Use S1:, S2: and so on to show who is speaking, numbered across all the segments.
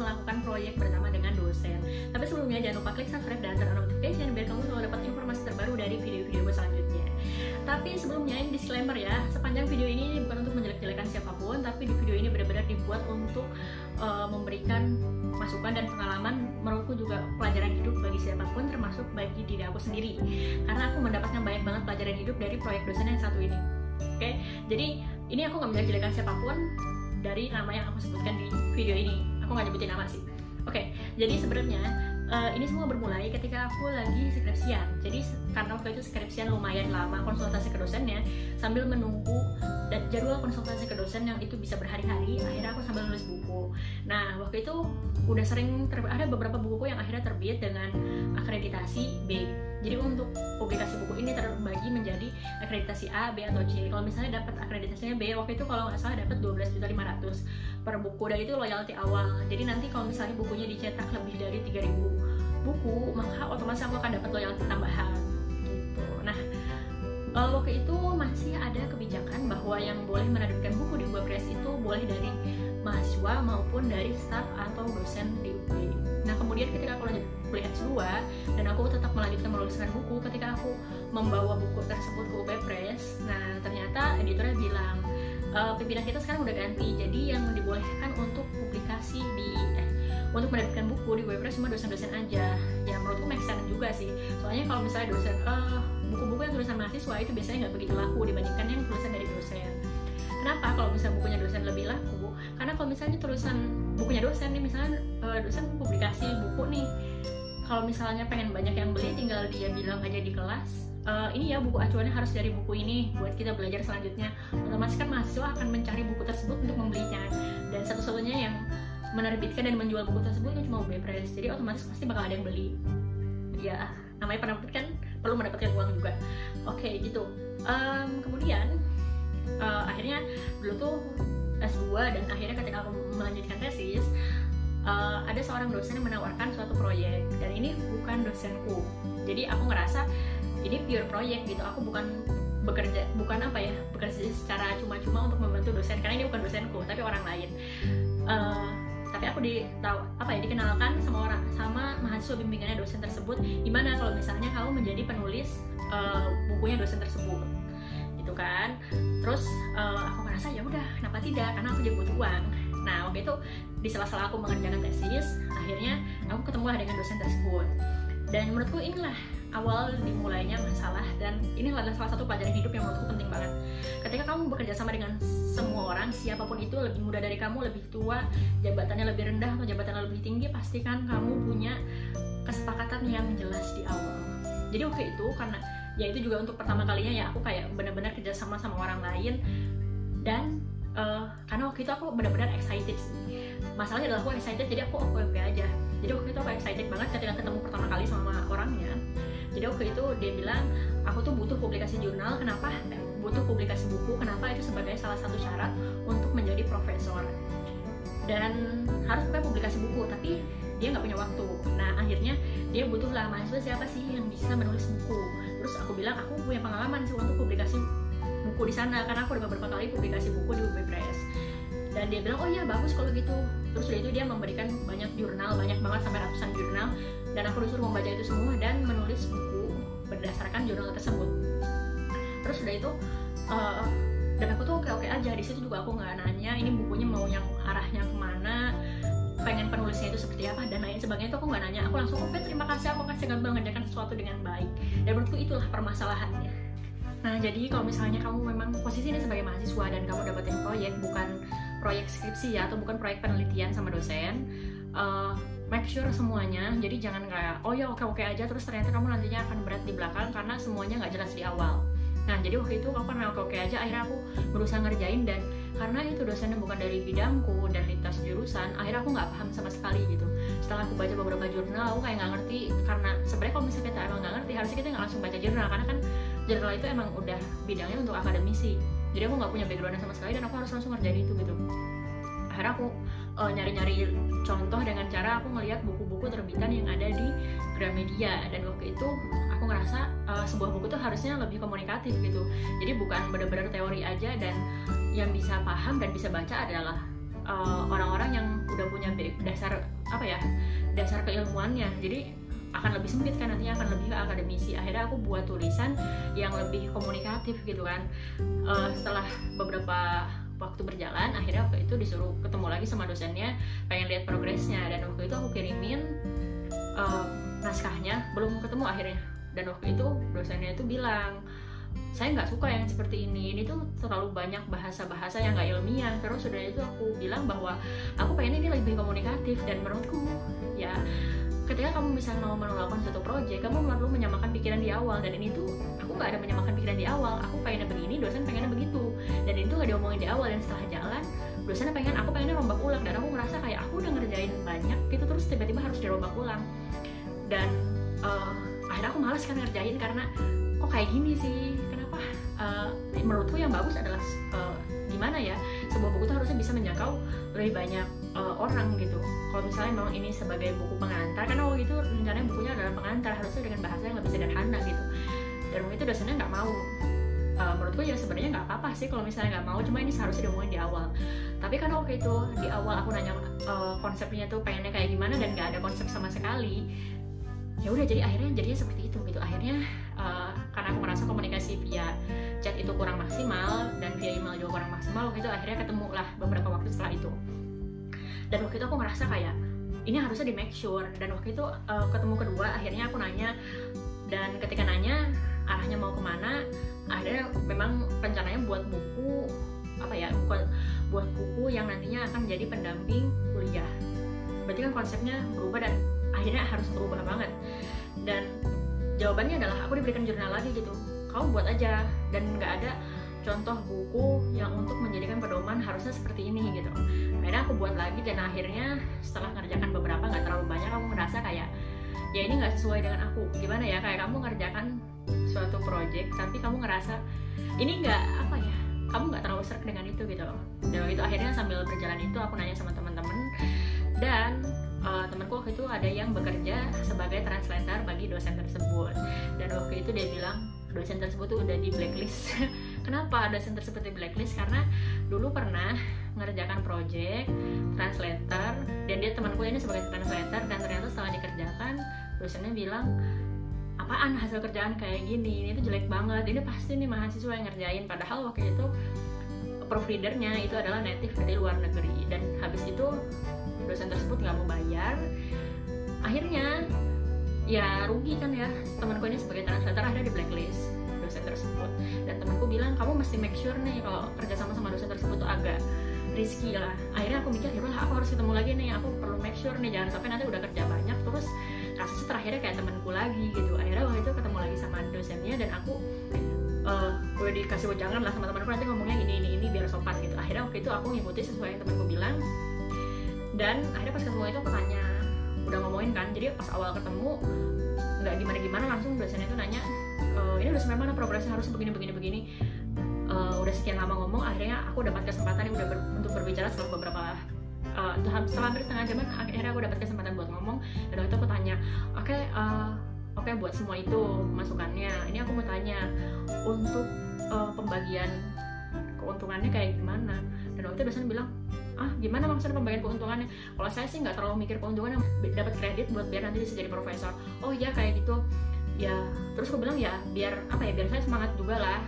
S1: melakukan proyek bersama dengan dosen. Tapi sebelumnya jangan lupa klik subscribe dan turn on notification biar kamu selalu dapat informasi terbaru dari video-video gue selanjutnya. Tapi sebelumnya ini disclaimer ya, sepanjang video ini bukan untuk menjelek-jelekan siapapun, tapi di video ini benar-benar dibuat untuk memberikan masukan dan pengalaman, menurutku juga pelajaran hidup bagi siapapun, termasuk bagi diri aku sendiri, karena aku mendapatkan banyak banget pelajaran hidup dari proyek dosen yang satu ini. Oke, jadi ini aku nggak menjelek-jelekan siapapun dari nama yang aku sebutkan di video ini. Aku nggak nyebutin nama sih. Oke, jadi sebenarnya ini semua bermulai ketika aku lagi skripsian. Jadi karena waktu itu skripsian lumayan lama konsultasi ke dosennya, sambil menunggu dan jadwal konsultasi ke dosen yang itu bisa berhari-hari, akhirnya aku sambil nulis buku. Nah, waktu itu udah sering ada beberapa buku yang akhirnya terbit dengan akreditasi B. Jadi untuk publikasi buku ini terbagi menjadi akreditasi A, B, atau C. Kalau misalnya dapat akreditasinya B, waktu itu kalau nggak salah dapat 12.500.000 per buku, dan itu loyalty awal. Jadi nanti kalau misalnya bukunya dicetak lebih dari 3.000 buku, maka otomatis aku akan dapat loyalty tambahan gitu. Nah, waktu itu masih ada kebijakan bahwa yang boleh menerbitkan buku di Webpress itu boleh dari mahasiswa maupun dari staf atau dosen di UB. Nah, kemudian ketika aku lanjut kuliah S2 dan aku tetap melanjutkan menuliskan buku, ketika aku membawa buku tersebut ke Webpress, nah ternyata editornya bilang pimpinan kita sekarang udah ganti, jadi yang dibolehkan untuk publikasi untuk menerbitkan buku di Webpress cuma dosen-dosen aja. Ya menurutku make sense juga sih, soalnya kalau misalnya dosen buku-buku yang tulisan mahasiswa itu biasanya nggak begitu laku dibandingkan yang tulisan dari dosen. Kenapa kalau misalnya bukunya dosen lebih laku? Karena kalau misalnya tulisan bukunya dosen nih, misalnya dosen publikasi buku nih, kalau misalnya pengen banyak yang beli, tinggal dia bilang aja di kelas, ini ya buku acuannya harus dari buku ini buat kita belajar selanjutnya. Otomatis kan mahasiswa akan mencari buku tersebut untuk membelinya, dan satu-satunya yang menerbitkan dan menjual buku tersebut itu cuma Webpress. Jadi otomatis pasti bakal ada yang beli. Ya namanya penerbit kan perlu mendapatkan uang juga. Oke gitu. Kemudian akhirnya dulu tuh S2, dan akhirnya ketika aku melanjutkan tesis, ada seorang dosen yang menawarkan suatu proyek, dan ini bukan dosenku. Jadi aku ngerasa ini pure proyek gitu. Aku bukan bekerja secara cuma-cuma untuk membantu dosen, karena ini bukan dosenku tapi orang lain. Tapi aku dikenalkan sama mahasiswa bimbingannya dosen tersebut, gimana kalau misalnya kamu menjadi penulis bukunya dosen tersebut gitu kan. Terus aku ngerasa ya udah, kenapa tidak, karena aku juga butuh uang. Nah, waktu itu di sela-sela aku mengerjakan tesis, akhirnya aku ketemu dengan dosen tersebut, dan menurutku inilah awal dimulainya masalah, dan ini adalah salah satu pelajaran hidup yang menurutku penting banget. Ketika kamu bekerja sama dengan semua orang, siapapun itu, lebih muda dari kamu, lebih tua, jabatannya lebih rendah atau jabatannya lebih tinggi, pastikan kamu punya kesepakatan yang jelas di awal. Jadi waktu itu, karena ya itu juga untuk pertama kalinya ya aku kayak benar-benar kerja sama orang lain, dan karena waktu itu aku benar-benar excited sih. Masalahnya adalah aku excited, jadi aku oke aja. Jadi waktu itu aku excited banget ketika ketemu pertama kali sama orangnya. Jadi waktu itu dia bilang, aku tuh butuh publikasi jurnal, kenapa? Butuh publikasi buku, kenapa? Itu sebagai salah satu syarat untuk menjadi profesor. Dan harus bukan publikasi buku, tapi dia nggak punya waktu. Nah akhirnya dia butuhlah mahasiswa siapa sih yang bisa menulis buku. Terus aku bilang, aku punya pengalaman sih untuk publikasi buku di sana, karena aku udah beberapa kali publikasi buku di Webpress. Dan dia bilang, oh iya bagus kalau gitu. Terus udah itu dia memberikan banyak jurnal, banyak banget sampai ratusan jurnal, dan aku disuruh membaca itu semua dan menulis buku berdasarkan jurnal tersebut. Terus udah itu dan aku tuh oke aja. Di situ juga aku nggak nanya ini bukunya mau yang arahnya kemana, pengen penulisnya itu seperti apa dan lain sebagainya. Itu aku nggak nanya, aku langsung oke terima kasih, aku akan segera mengerjakan sesuatu dengan baik. Dan menurutku itulah permasalahannya. Nah jadi kalau misalnya kamu memang posisi ini sebagai mahasiswa dan kamu dapetin proyek, bukan proyek skripsi ya, atau bukan proyek penelitian sama dosen, make sure semuanya. Jadi jangan kayak oh ya oke aja terus ternyata kamu nantinya akan berat di belakang karena semuanya nggak jelas di awal. Nah jadi waktu itu aku karena oke aja, akhirnya aku berusaha ngerjain, dan karena itu dosennya bukan dari bidangku dan lintas jurusan, akhirnya aku nggak paham sama sekali gitu. Setelah aku baca beberapa jurnal, aku kayak nggak ngerti, karena sebenarnya kalau misalnya kita emang nggak ngerti, harusnya kita nggak langsung baca jurnal, karena kan jurnal itu emang udah bidangnya untuk akademisi. Jadi aku nggak punya backgroundnya sama sekali, dan aku harus langsung ngerjain itu gitu. Akhirnya aku nyari-nyari contoh dengan cara aku ngeliat buku-buku terbitan yang ada di Gramedia, dan waktu itu aku ngerasa sebuah buku tuh harusnya lebih komunikatif gitu. Jadi bukan benar-benar teori aja, dan yang bisa paham dan bisa baca adalah orang-orang yang udah punya dasar apa ya, dasar keilmuannya, jadi akan lebih sempit kan, nantinya akan lebih ke akademisi. Akhirnya aku buat tulisan yang lebih komunikatif gitu kan. Setelah beberapa waktu berjalan, akhirnya waktu itu disuruh ketemu lagi sama dosennya, pengen lihat progresnya, dan waktu itu aku kirimin naskahnya, belum ketemu akhirnya. Dan waktu itu dosennya itu bilang, saya nggak suka yang seperti ini tuh terlalu banyak bahasa-bahasa yang nggak ilmiah. Terus sudah itu aku bilang bahwa aku pengen ini lebih komunikatif, dan menurutku ya ketika kamu bisa mau melakukan suatu proyek, kamu perlu menyamakan pikiran di awal, dan ini tuh aku nggak ada menyamakan pikiran di awal. Aku pengennya begini, dosen pengennya begitu, dan itu nggak diomongin di awal. Dan setelah jalan, dosennya aku pengennya rombak ulang, dan aku ngerasa kayak aku udah ngerjain banyak gitu, terus tiba-tiba harus dirombak ulang. Dan akhirnya aku malas kan ngerjain, karena kok kayak gini sih, kenapa? Menurutku yang bagus adalah gimana ya, sebuah buku itu harusnya bisa menjangkau lebih banyak orang gitu. Kalau misalnya memang ini sebagai buku pengantar, karena waktu itu rencananya bukunya adalah pengantar, harusnya dengan bahasa yang lebih sederhana gitu. Dan waktu itu dosennya nggak mau. Menurutku ya sebenarnya nggak apa-apa sih kalau misalnya nggak mau, cuma ini seharusnya diomongin di awal. Tapi kan waktu itu di awal aku nanya konsepnya tuh pengennya kayak gimana, dan nggak ada konsep sama sekali. Ya udah, jadi akhirnya jadinya seperti itu gitu. Akhirnya karena aku merasa komunikasi via chat itu kurang maksimal dan via email juga kurang maksimal, waktu itu akhirnya ketemu lah beberapa waktu setelah itu. Dan waktu itu aku ngerasa kayak ini harusnya di make sure. Dan waktu itu ketemu kedua, akhirnya aku nanya, dan ketika nanya arahnya mau kemana, akhirnya memang rencananya buat buku apa ya, buat buku yang nantinya akan jadi pendamping kuliah. Berarti kan konsepnya berubah, dan akhirnya harus berubah banget. Dan jawabannya adalah aku diberikan jurnal lagi gitu, kamu buat aja, dan nggak ada contoh buku yang untuk menjadikan pedoman harusnya seperti ini gitu. Akhirnya aku buat lagi, dan akhirnya setelah ngerjakan beberapa, nggak terlalu banyak, aku merasa kayak ya ini nggak sesuai dengan aku. Gimana ya, kayak kamu ngerjakan suatu project tapi kamu ngerasa ini nggak apa ya, kamu nggak terlalu serak dengan itu gitu. Dan itu akhirnya sambil berjalan itu aku nanya sama teman-teman, dan temanku waktu itu ada yang bekerja sebagai translator bagi dosen tersebut. Dan waktu itu dia bilang dosen tersebut tuh udah di blacklist. Kenapa dosen tersebut di blacklist? Karena dulu pernah ngerjakan project translator, dan dia temanku ini sebagai translator, dan ternyata setelah dikerjakan dosennya bilang, apaan hasil kerjaan kayak gini, ini tuh jelek banget, ini pasti nih mahasiswa yang ngerjain. Padahal waktu itu providernya itu adalah native dari luar negeri, dan habis itu dosen tersebut nggak mau bayar. Akhirnya ya rugi kan ya, temanku ini sebagai translator akhirnya di blacklist dosen tersebut. Dan temanku bilang, kamu mesti make sure nih kalau kerja sama dosen tersebut tuh agak risky lah. Akhirnya aku mikir, yaudah aku harus ketemu lagi nih, aku perlu make sure nih, jangan sampai nanti udah kerja banyak terus kasusnya terakhirnya kayak temanku lagi gitu. Akhirnya waktu itu ketemu lagi sama dosennya, dan aku udah dikasih wejangan lah sama temanku, nanti ngomongnya ini biar sopan gitu. Akhirnya waktu itu aku ngikuti sesuai yang temanku bilang. Dan akhirnya pas ketemu itu aku tanya, udah ngomongin kan, jadi pas awal ketemu nggak gimana-gimana, langsung dosennya itu nanya, ini udah sampai mana progresnya, harus begini. Udah sekian lama ngomong, akhirnya aku dapat kesempatan untuk berbicara setelah beberapa setelah hampir setengah jaman, akhirnya aku dapat kesempatan buat ngomong. Dan waktu itu aku tanya, oke, buat semua itu masukannya, ini aku mau tanya untuk pembagian keuntungannya kayak gimana. Dan waktu itu dosen bilang, gimana maksudnya pembagian keuntungannya? Kalau saya sih nggak terlalu mikir keuntungan, yang dapat kredit buat biar nanti bisa jadi profesor. Oh iya kayak gitu ya. Terus aku bilang ya biar saya semangat juga lah,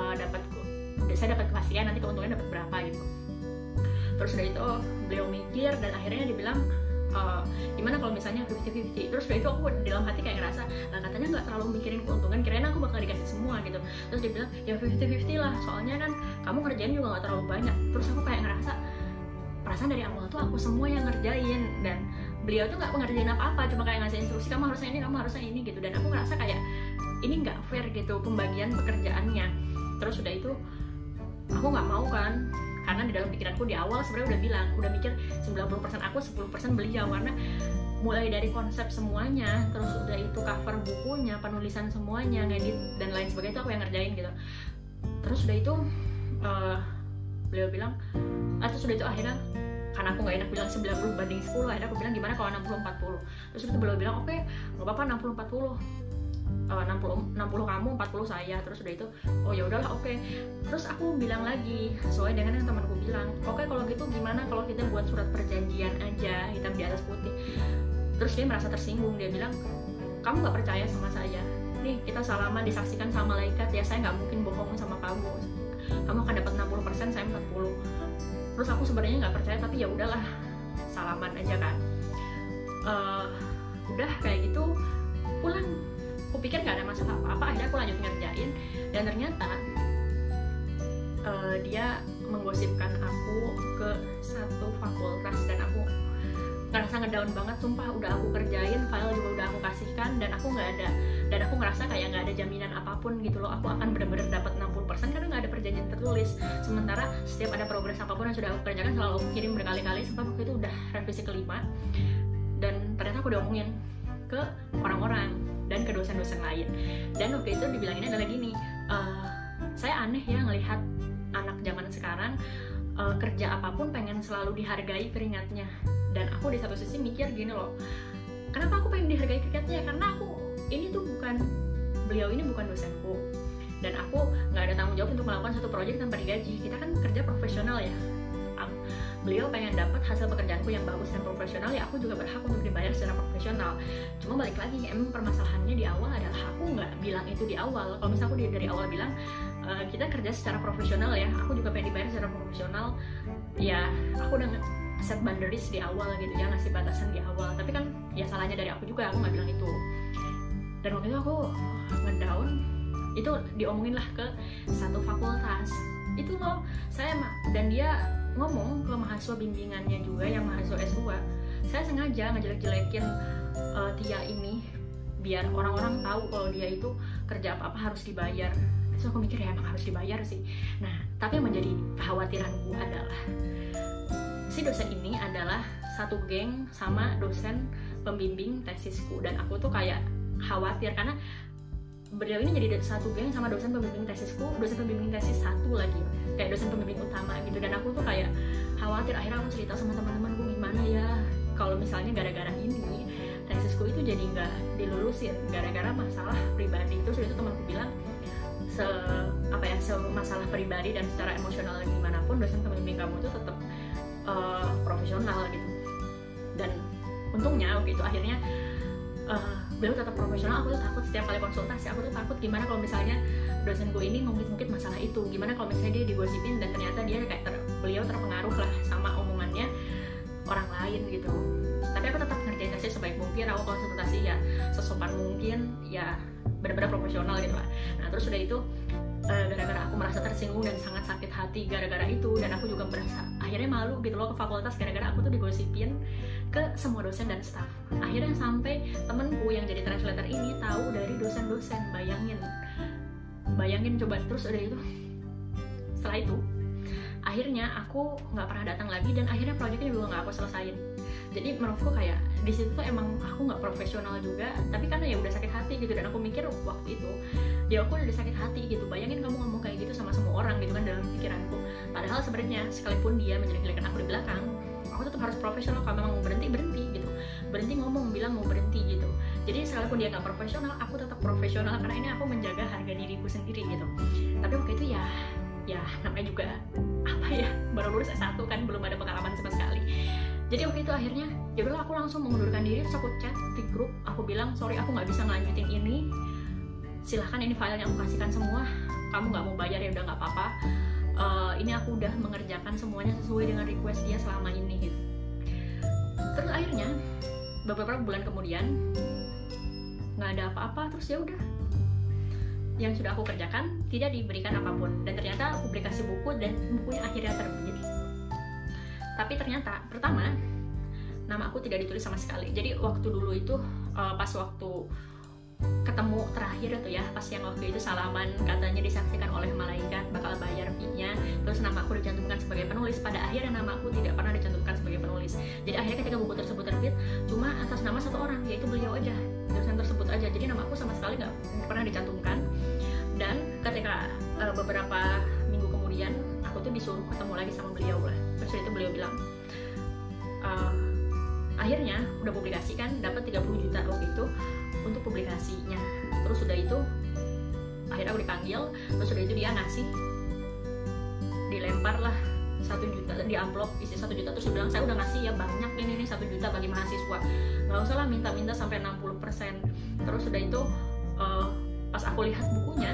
S1: saya dapat kepastian nanti keuntungannya dapat berapa gitu. Terus udah itu beliau mikir, dan akhirnya dia bilang, gimana kalau misalnya 50-50. Terus udah itu aku dalam hati kayak ngerasa, katanya nggak terlalu mikirin keuntungan, kirain aku bakal dikasih semua gitu. Terus dia bilang ya 50-50 lah, soalnya kan kamu ngerjain juga nggak terlalu banyak. Terus aku kayak ngerasa, perasaan dari awal tuh aku semua yang ngerjain, dan beliau tuh nggak ngerjain apa-apa, cuma kayak ngasih instruksi, kamu harusnya ini gitu. Dan aku ngerasa kayak ini nggak fair gitu pembagian pekerjaannya. Terus udah itu aku nggak mau kan, karena di dalam pikiranku di awal sebenarnya udah mikir 90% aku, 10% beliau, karena mulai dari konsep semuanya, terus udah itu cover bukunya, penulisan semuanya, ngedit dan lain sebagainya itu aku yang ngerjain gitu. Terus udah itu beliau bilang, terus udah itu akhirnya karena aku nggak enak bilang 90/10, akhirnya aku bilang gimana kalau 60/40. Terus itu beliau bilang oke, nggak apa-apa 60/40. 60 kamu, 40 saya. Terus udah itu, oh ya udahlah, oke. Terus aku bilang lagi sesuai dengan yang temanku bilang, oke kalau gitu gimana kalau kita buat surat perjanjian aja hitam di atas putih. Terus dia merasa tersinggung, dia bilang, kamu nggak percaya sama saya, nih kita salaman disaksikan sama malaikat ya, saya nggak mungkin bohong sama kamu akan dapat 60%, saya 40. Terus aku sebenarnya nggak percaya, tapi ya udahlah, salaman aja kan. Udah kayak gitu pulang, aku pikir nggak ada masalah apa-apa. Akhirnya aku lanjut ngerjain, dan ternyata dia menggosipkan aku ke satu fakultas, dan aku ngerasa ngedown banget, sumpah. Udah aku kerjain, file juga udah aku kasihkan, dan aku ngerasa kayak nggak ada jaminan apapun gitu loh, aku akan bener-bener dapat 60% karena nggak ada perjanjian tertulis. Sementara setiap ada progres apapun yang sudah aku kerjakan selalu aku kirim berkali-kali, sampai waktu itu udah revisi kelima, dan ternyata aku diomongin ke orang-orang dan ke dosen-dosen lain. Dan waktu itu dibilanginnya adalah gini, saya aneh ya ngelihat anak zaman sekarang kerja apapun pengen selalu dihargai keringatnya. Dan aku di satu sisi mikir gini loh, kenapa aku pengen dihargai keringatnya? Karena beliau ini bukan dosenku, dan aku nggak ada tanggung jawab untuk melakukan satu proyek tanpa digaji. Kita kan kerja profesional ya. Beliau pengen dapat hasil pekerjaanku yang bagus dan profesional, ya aku juga berhak untuk dibayar secara profesional. Cuma balik lagi, emang permasalahannya di awal adalah aku nggak bilang itu di awal. Kalau misalnya aku dari awal bilang kita kerja secara profesional ya, aku juga pengen dibayar secara profesional, ya aku udah set boundaries di awal gitu ya, ngasih batasan di awal. Tapi kan ya salahnya dari aku juga, aku nggak bilang itu. Dan waktu itu aku ngedown, itu diomongin lah ke satu fakultas itu loh, dan dia ngomong ke mahasiswa bimbingannya juga yang mahasiswa S2, saya sengaja ngejelek-jelekin Tia ini biar orang-orang tahu kalau dia itu kerja apa-apa harus dibayar. Terus aku mikir ya emang harus dibayar sih. Nah, tapi yang menjadi kekhawatiranku adalah si dosen ini adalah satu geng sama dosen pembimbing tesisku, dan aku tuh kayak khawatir karena beliau ini jadi satu geng sama dosen pembimbing tesisku, dosen pembimbing tesis satu lagi, kayak dosen pembimbing utama gitu. Dan aku tuh kayak khawatir. Akhirnya aku cerita sama teman-temanku, gimana ya kalau misalnya gara-gara ini tesisku itu jadi nggak dilulusin gara-gara masalah pribadi. Terus itu temanku bilang, masalah pribadi dan secara emosional gimana pun dosen pembimbing kamu tuh tetap profesional gitu. Dan untungnya gitu akhirnya beliau tetap profesional. Aku tuh takut setiap kali konsultasi, aku tuh takut gimana kalau misalnya dosenku ini ngungkit-ngungkit masalah itu, gimana kalau misalnya dia digosipin dan ternyata dia kayak beliau terpengaruh lah sama omongannya orang lain gitu. Tapi aku tetap ngerjain tesnya sebaik mungkin, aku konsultasi ya sesopan mungkin, ya benar-benar profesional gitu lah. Nah terus udah itu gara-gara aku merasa tersinggung dan sangat sakit hati gara-gara itu, dan aku juga merasa akhirnya malu gitu loh ke fakultas gara-gara aku tuh digosipin ke semua dosen dan staff. Akhirnya sampai temenku yang jadi translator ini tahu dari dosen-dosen. Bayangin coba. Terus udah itu, setelah itu akhirnya aku nggak pernah datang lagi, dan akhirnya proyeknya juga nggak aku selesain. Jadi menurutku kayak di situ tuh emang aku nggak profesional juga, tapi karena ya udah sakit hati gitu. Dan aku mikir waktu itu ya aku udah sakit hati gitu. Bayangin kamu ngomong kayak gitu sama semua orang gitu kan dalam pikiranku. Padahal sebenarnya sekalipun dia menjelek-jelekan aku di belakang, aku tetap harus profesional. Kalau memang mau berhenti gitu, berhenti ngomong, bilang mau berhenti gitu. Jadi sekalipun dia nggak profesional, aku tetap profesional karena ini aku menjaga harga diriku sendiri gitu. Tapi waktu itu ya namanya juga baru lulus S1 kan, belum ada pengalaman sama sekali. Jadi waktu itu akhirnya ya udahlah, aku langsung mengundurkan diri. Terus aku chat di grup, aku bilang sorry aku nggak bisa ngelanjutin ini, silahkan ini filenya aku kasihkan semua, kamu nggak mau bayar ya udah nggak apa-apa. Ini aku udah mengerjakan semuanya sesuai dengan request dia selama ini gitu. Terus akhirnya beberapa bulan kemudian nggak ada apa-apa. Terus ya udah, yang sudah aku kerjakan tidak diberikan apapun, dan ternyata publikasi buku dan bukunya akhirnya terbit. Tapi ternyata pertama nama aku tidak ditulis sama sekali. Jadi waktu dulu itu pas waktu ketemu terakhir itu ya, pas yang waktu itu salaman katanya disaksikan oleh malaikat bakal bayar fee-nya, terus nama aku dicantumkan sebagai penulis. Pada akhirnya nama aku tidak pernah dicantumkan sebagai penulis. Jadi akhirnya ketika buku tersebut terbit cuma atas nama satu orang, yaitu beliau aja, dosen tersebut aja. Jadi nama aku sama sekali nggak pernah dicantumkan. Dan ketika beberapa minggu kemudian aku tuh disuruh ketemu lagi sama beliau lah. Terus itu beliau bilang akhirnya udah publikasi kan, dapat 30 juta waktu itu untuk publikasinya. Terus sudah itu akhirnya aku dipanggil, terus sudah itu dia ngasih, dilempar lah 1 juta di amplop isi 1 juta. Terus dia bilang, saya udah ngasih ya banyak ini 1 juta bagi mahasiswa, nggak usah lah minta-minta sampai 60%. Terus sudah itu pas aku lihat bukunya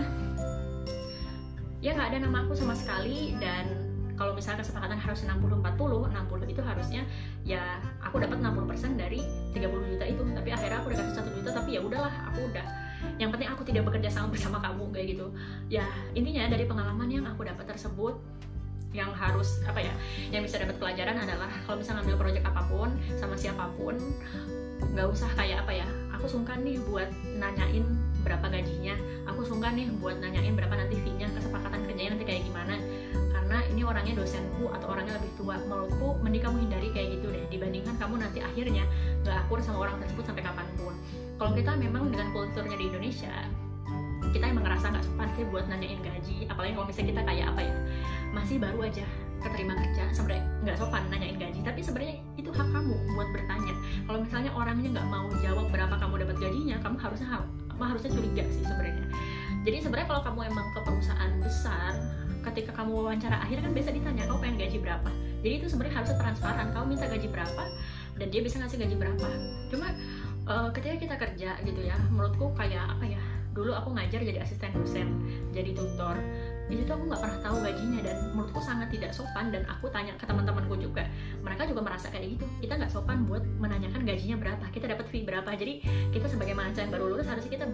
S1: ya nggak ada nama aku sama sekali. Dan kalau misalnya kesepakatan harus 60-40, 60 itu harusnya ya aku dapat 60% dari 30 juta itu. Tapi akhirnya aku udah kasih 1 juta, tapi ya udahlah, aku udah, yang penting aku tidak bekerja sama bersama kamu kayak gitu. Ya intinya dari pengalaman yang aku dapat tersebut, yang harus apa ya, yang bisa dapat pelajaran adalah kalau misalnya ngambil proyek apapun sama siapapun, nggak usah kayak apa ya, aku sungkan nih buat nanyain berapa gajinya, aku sungkan nih buat nanyain berapa nanti fee-nya, kesepakatan kerjanya nanti kayak gimana, karena ini orangnya dosenku atau orangnya lebih tua. Menurutku mending kamu hindari kayak gitu deh, dibandingkan kamu nanti akhirnya nggak akur sama orang tersebut sampai kapanpun. Kalau kita memang dengan kulturnya di Indonesia, kita emang ngerasa nggak sopan sih buat nanyain gaji, apalagi kalau misalnya kita kayak apa ya, masih baru aja keterima kerja, sebenarnya nggak sopan nanyain gaji. Tapi sebenarnya itu hak kamu buat bertanya. Kalau misalnya orangnya nggak mau jawab berapa kamu dapat gajinya, kamu harusnya curiga sih sebenarnya. Jadi sebenarnya kalau kamu emang ke perusahaan besar, ketika kamu wawancara akhir kan biasa ditanya kamu pengen gaji berapa. Jadi itu sebenarnya harusnya transparan, kamu minta gaji berapa dan dia bisa ngasih gaji berapa. Cuma ketika kita kerja gitu ya, menurutku kayak apa ya, dulu aku ngajar jadi asisten dosen, jadi tutor, di situ aku nggak pernah tahu gajinya dan menurutku sangat tidak sopan. Dan aku tanya ke teman-temanku juga, mereka juga merasa kayak gitu, kita nggak sopan buat menanyakan gajinya berapa, kita dapat fee berapa. Jadi kita sebagai mahasiswa yang baru lulus harusnya kita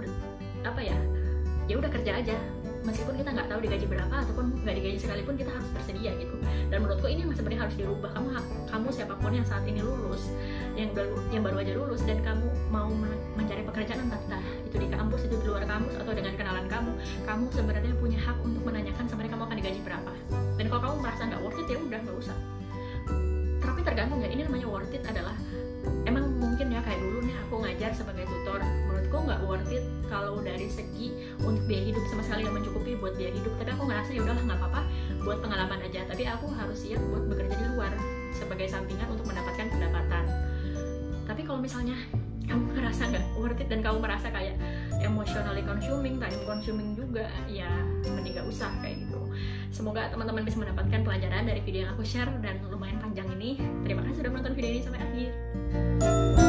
S1: ya udah kerja aja, meskipun kita nggak tahu digaji berapa ataupun nggak digaji sekalipun, kita harus bersedia gitu. Dan menurutku ini yang sebenarnya harus dirubah. Kamu siapapun yang saat ini lulus, yang baru aja lulus dan kamu mau mencari pekerjaan, entah itu di kampus, itu di luar kampus, atau dengan kenalan kamu sebenarnya punya hak untuk menanyakan sebenarnya kamu akan digaji berapa. Dan kalau kamu merasa nggak worth it, ya udah nggak usah. Tapi tergantung ya, ini namanya worth it adalah emang mungkin ya kayak dulu nih aku ngajar sebagai tutor, menurutku nggak worth it kalau dari segi untuk biaya hidup, sama sekali nggak mencukupi buat biaya hidup. Tapi aku ngerasa ya udahlah nggak apa-apa, buat pengalaman aja. Tapi aku harus siap buat bekerja di luar sebagai sampingan untuk mendapatkan pendapatan. Tapi kalau misalnya kamu ngerasa nggak worth it dan kamu merasa kayak emotionally consuming, time consuming juga, ya mending nggak usah kayak gitu. Semoga teman-teman bisa mendapatkan pelajaran dari video yang aku share dan lumayan panjang ini. Terima kasih sudah menonton video ini sampai akhir.